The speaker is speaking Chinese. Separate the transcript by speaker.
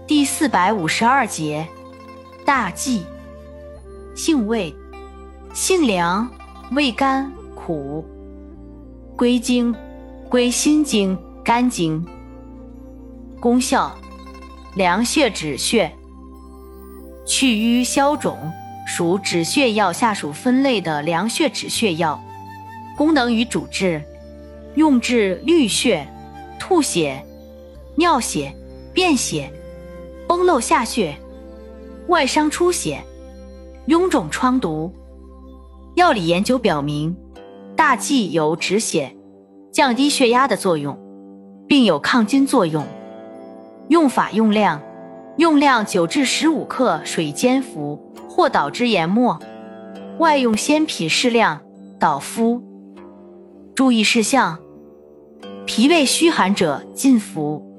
Speaker 1: 第452节，大忌。性味，性凉，味甘苦，归经，归心经、肝经。功效，凉血止血，去瘀消肿，属止血药下属分类的凉血止血药。功能与主治，用治滤血、吐血、尿血、便血、崩漏下血、外伤出血、臃肿疮毒。药理研究表明，大忌有止血、降低血压的作用，并有抗菌作用。用法用量9至15克水煎服，或捣之研末，外用鲜皮适量，捣敷。注意事项：脾胃虚寒者禁服。